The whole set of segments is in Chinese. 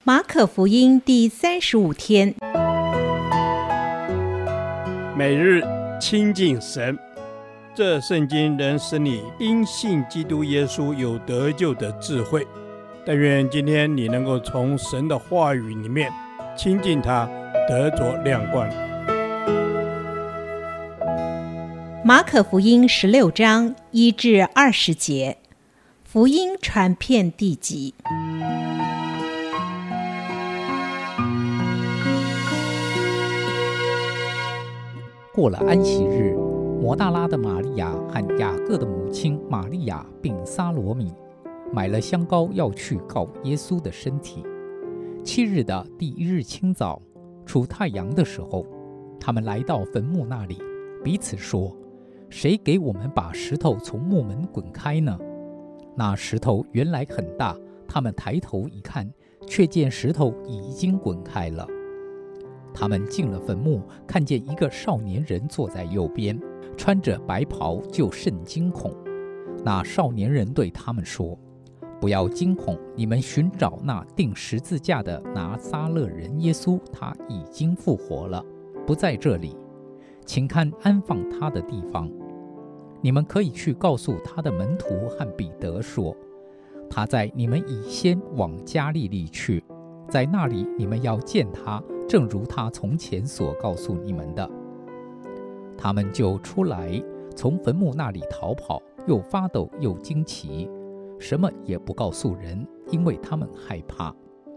马可福音第35天， 每日亲近神，这圣经能使你因信基督耶稣有得救的智慧。但愿今天你能够从神的话语里面亲近他，得着亮光。 马可福音16章1至20节，福音传遍地极。 过了安息日，抹大拉的玛利亚和雅各的母亲玛利亚并撒罗米买了香膏，要去膏耶稣的身体。7日的第1日清早，出太阳的时候，他们来到坟墓那里，彼此说：谁给我们把石头从墓门滚开呢？那石头原来很大，他们抬头一看，却见石头已经滚开了。他们进了坟墓，看见一个少年人坐在右边，穿着白袍，就甚惊恐。那少年人对他们说：不要惊恐，你们寻找那钉十字架的拿撒勒人耶稣，他已经复活了，不在这里，请看安放他的地方。你们可以去告诉他的门徒和彼得说，他在你们以先往加利利去，在那里你们要见他，正如他从前所告诉你们的。他们就出来，从坟墓那里逃跑，又发抖又惊奇，什么也不告诉人，因为他们害怕。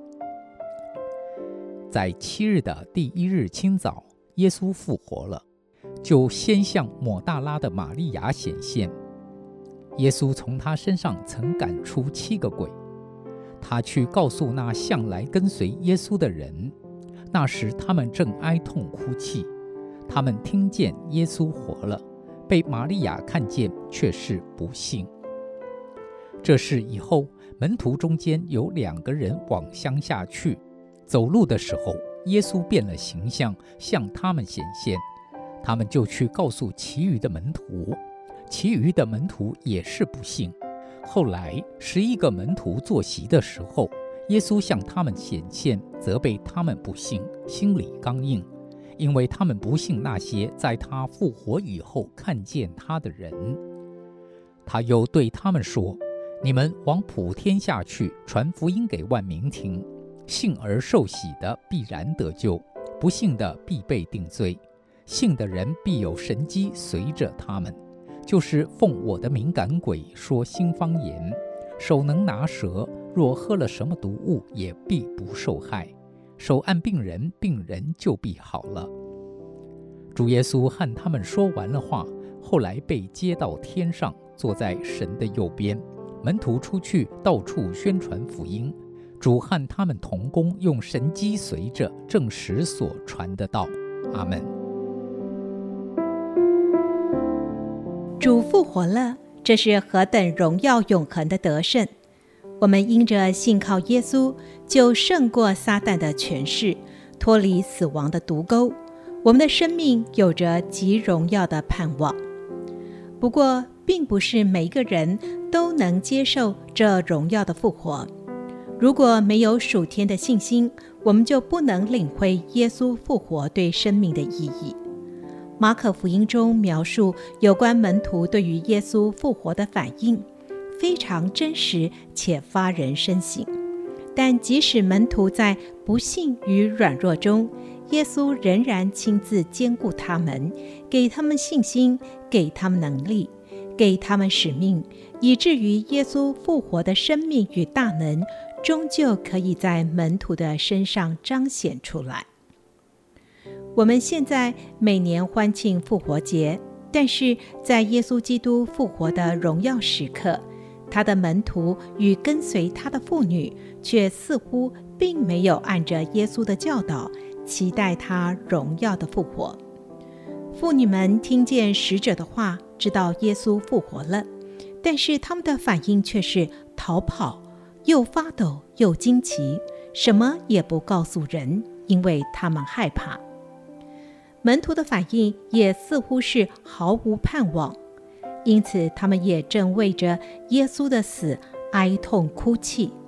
在7日的第1日清早，耶稣复活了，就先向抹大拉的玛利亚显现。耶稣从他身上曾赶出7个鬼。他去告诉那向来跟随耶稣的人，那时他们正哀痛哭泣。他们听见耶稣活了，被玛利亚看见，却是不信。这事以后，门徒中间有2个人往乡下去，走路的时候，耶稣变了形象，向他们显现。他们就去告诉其余的门徒，其余的门徒也是不信。后来11个门徒坐席的时候，耶稣向他们显现，责备他们不信，心里刚硬，因为他们不信那些在他复活以后看见他的人。他又对他们说：你们往普天下去，传福音给万民听。信而受洗的必然得救，不信的必被定罪。信的人必有神迹随着他们，就是奉我的名赶鬼，说新方言，手能拿蛇，若喝了什么毒物，也必不受害。手按病人，病人就必好了。主耶稣和他们说完了话，后来被接到天上，坐在神的右边。门徒出去，到处宣传福音。主和他们同工，用神迹随着，证实所传的道。阿们。 主复活了，这是何等荣耀永恒的得胜！我们因着信靠耶稣，就胜过撒旦的权势，脱离死亡的毒钩。我们的生命有着极荣耀的盼望。不过，并不是每一个人都能接受这荣耀的复活。如果没有属天的信心，我们就不能领会耶稣复活对生命的意义。马可福音中描述有关门徒对于耶稣复活的反应，非常真实且发人深省。但即使门徒在不信与软弱中，耶稣仍然亲自兼顾他们，给他们信心，给他们能力，给他们使命，以至于耶稣复活的生命与大能终究可以在门徒的身上彰显出来。我们现在每年欢庆复活节，但是在耶稣基督复活的荣耀时刻，他的门徒与跟随他的妇女却似乎并没有按着耶稣的教导期待他荣耀的复活。妇女们听见使者的话，知道耶稣复活了，但是他们的反应却是逃跑，又发抖又惊奇，什么也不告诉人，因为他们害怕。门徒的反应也似乎是毫无盼望，因此他们也正为着耶稣的死哀痛哭泣。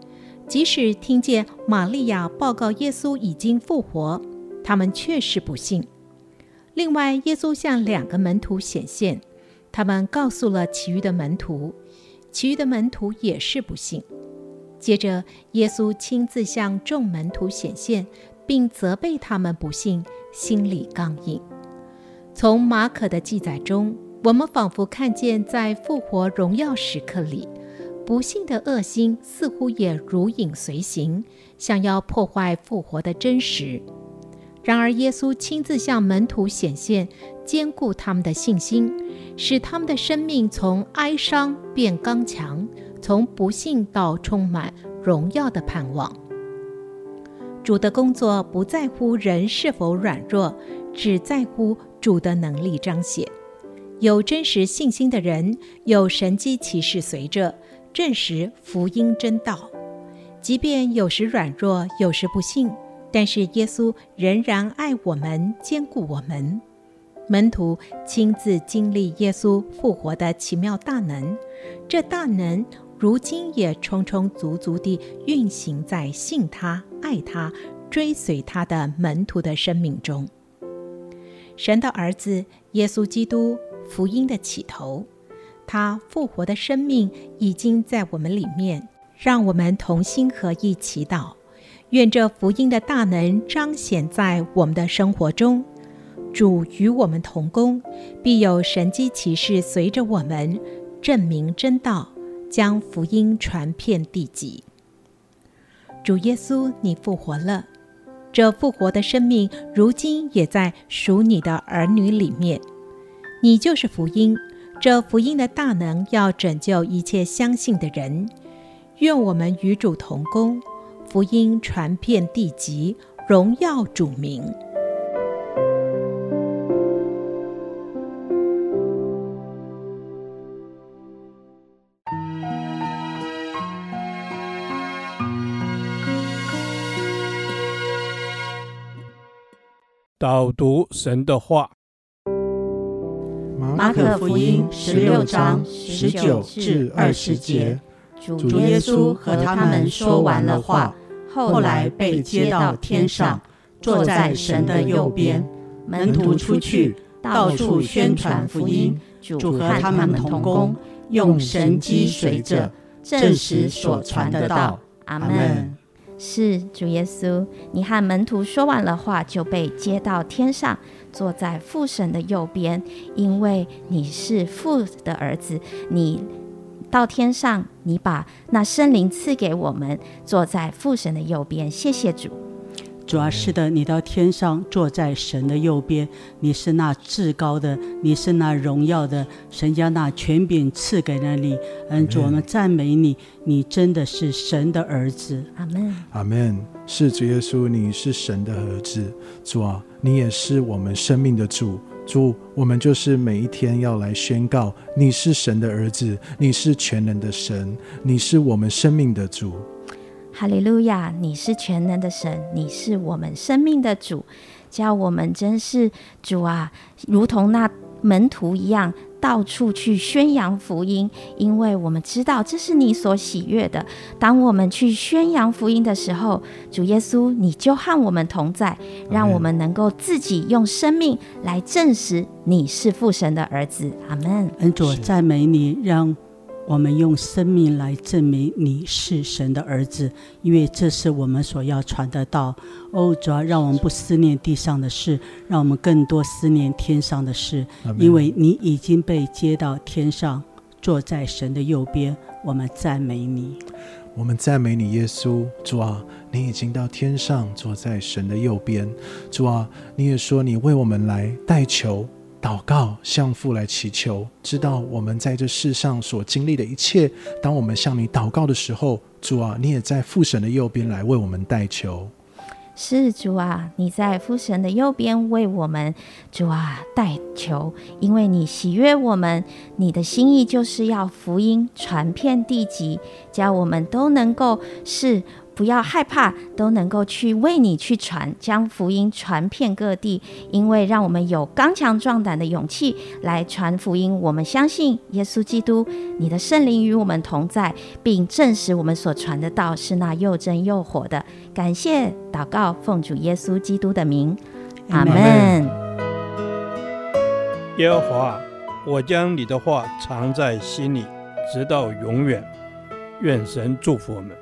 即使听见玛利亚报告耶稣已经复活，他们却是不信。另外，耶稣向2个门徒显现，他们告诉了其余的门徒，其余的门徒也是不信。接着，耶稣亲自向众门徒显现，并责备他们不信，心里刚硬。从马可的记载中，我们仿佛看见在复活荣耀时刻里，不信的恶心似乎也如影随形，想要破坏复活的真实。然而耶稣亲自向门徒显现，坚固他们的信心，使他们的生命从哀伤变刚强，从不信到充满荣耀的盼望。主的工作不在乎人是否软弱，只在乎主的能力彰显。有真实信心的人，有神迹奇事随着，证实福音真道。即便有时软弱，有时不信，但是耶稣仍然爱我们，坚固我们。门徒亲自经历耶稣复活的奇妙大能，这大能如今也充充足足地运行在信他、爱他、追随他的门徒的生命中。神的儿子耶稣基督，福音的起头，他复活的生命已经在我们里面，让我们同心合意祈祷，愿这福音的大能彰显在我们的生活中。主与我们同工，必有神迹奇事随着我们，证明真道，将福音传遍地极。主耶稣，你复活了，这复活的生命如今也在属你的儿女里面。你就是福音，这福音的大能要拯救一切相信的人。愿我们与主同工，福音传遍地极，荣耀主名。 导读神的话。 马可福音16章19至20节，主耶稣和他们说完了话，后来被接到天上，坐在神的右边。门徒出去，到处宣传福音，主和他们同工，用神机随着，证实所传的道。阿们。 是主耶稣，你和门徒说完了话，就被接到天上，坐在父神的右边，因为你是父的儿子，你到天上，你把那圣灵赐给我们，坐在父神的右边。谢谢主。 主啊，是的，你到天上坐在神的右边，你是那至高的，你是那荣耀的，神将那权柄赐给了你。主，我们赞美你，你真的是神的儿子。 阿们。 阿们。是主耶稣，你是神的儿子。主啊，你也是我们生命的主。主，我们就是每一天要来宣告，你是神的儿子，你是全能的神，你是我们生命的主。 哈利路亚，你是全能的神，你是我们生命的主，叫我们真是主啊，如同那门徒一样，到处去宣扬福音，因为我们知道这是你所喜悦的。当我们去宣扬福音的时候，主耶稣你就和我们同在，让我们能够自己用生命来证实你是父神的儿子。阿们。 主，赞美你，让我们用生命来证明你是神的儿子，因为这是我们所要传的道。主啊，让我们不思念地上的事，让我们更多思念天上的事，因为你已经被接到天上，坐在神的右边。我们赞美你， 我们赞美你耶稣。主啊，你已经到天上，坐在神的右边。主啊，你也说你为我们来代求祷告，向父来祈求，知道我们在这世上所经历的一切，当我们向你祷告的时候，主啊，你也在父神的右边来为我们代求。 是主啊，你在父神的右边为我们主啊代求，因为你喜悦我们，你的心意就是要福音传遍地极，叫我们都能够是不要害怕，都能够去为你去传，将福音传遍各地。因为让我们有刚强壮胆的勇气来传福音。我们相信耶稣基督，你的圣灵与我们同在，并证实我们所传的道是那又真又活的。感谢祷告，奉主耶稣基督的名，阿们。 耶和华，我将你的话藏在心里，直到永远。愿神祝福我们。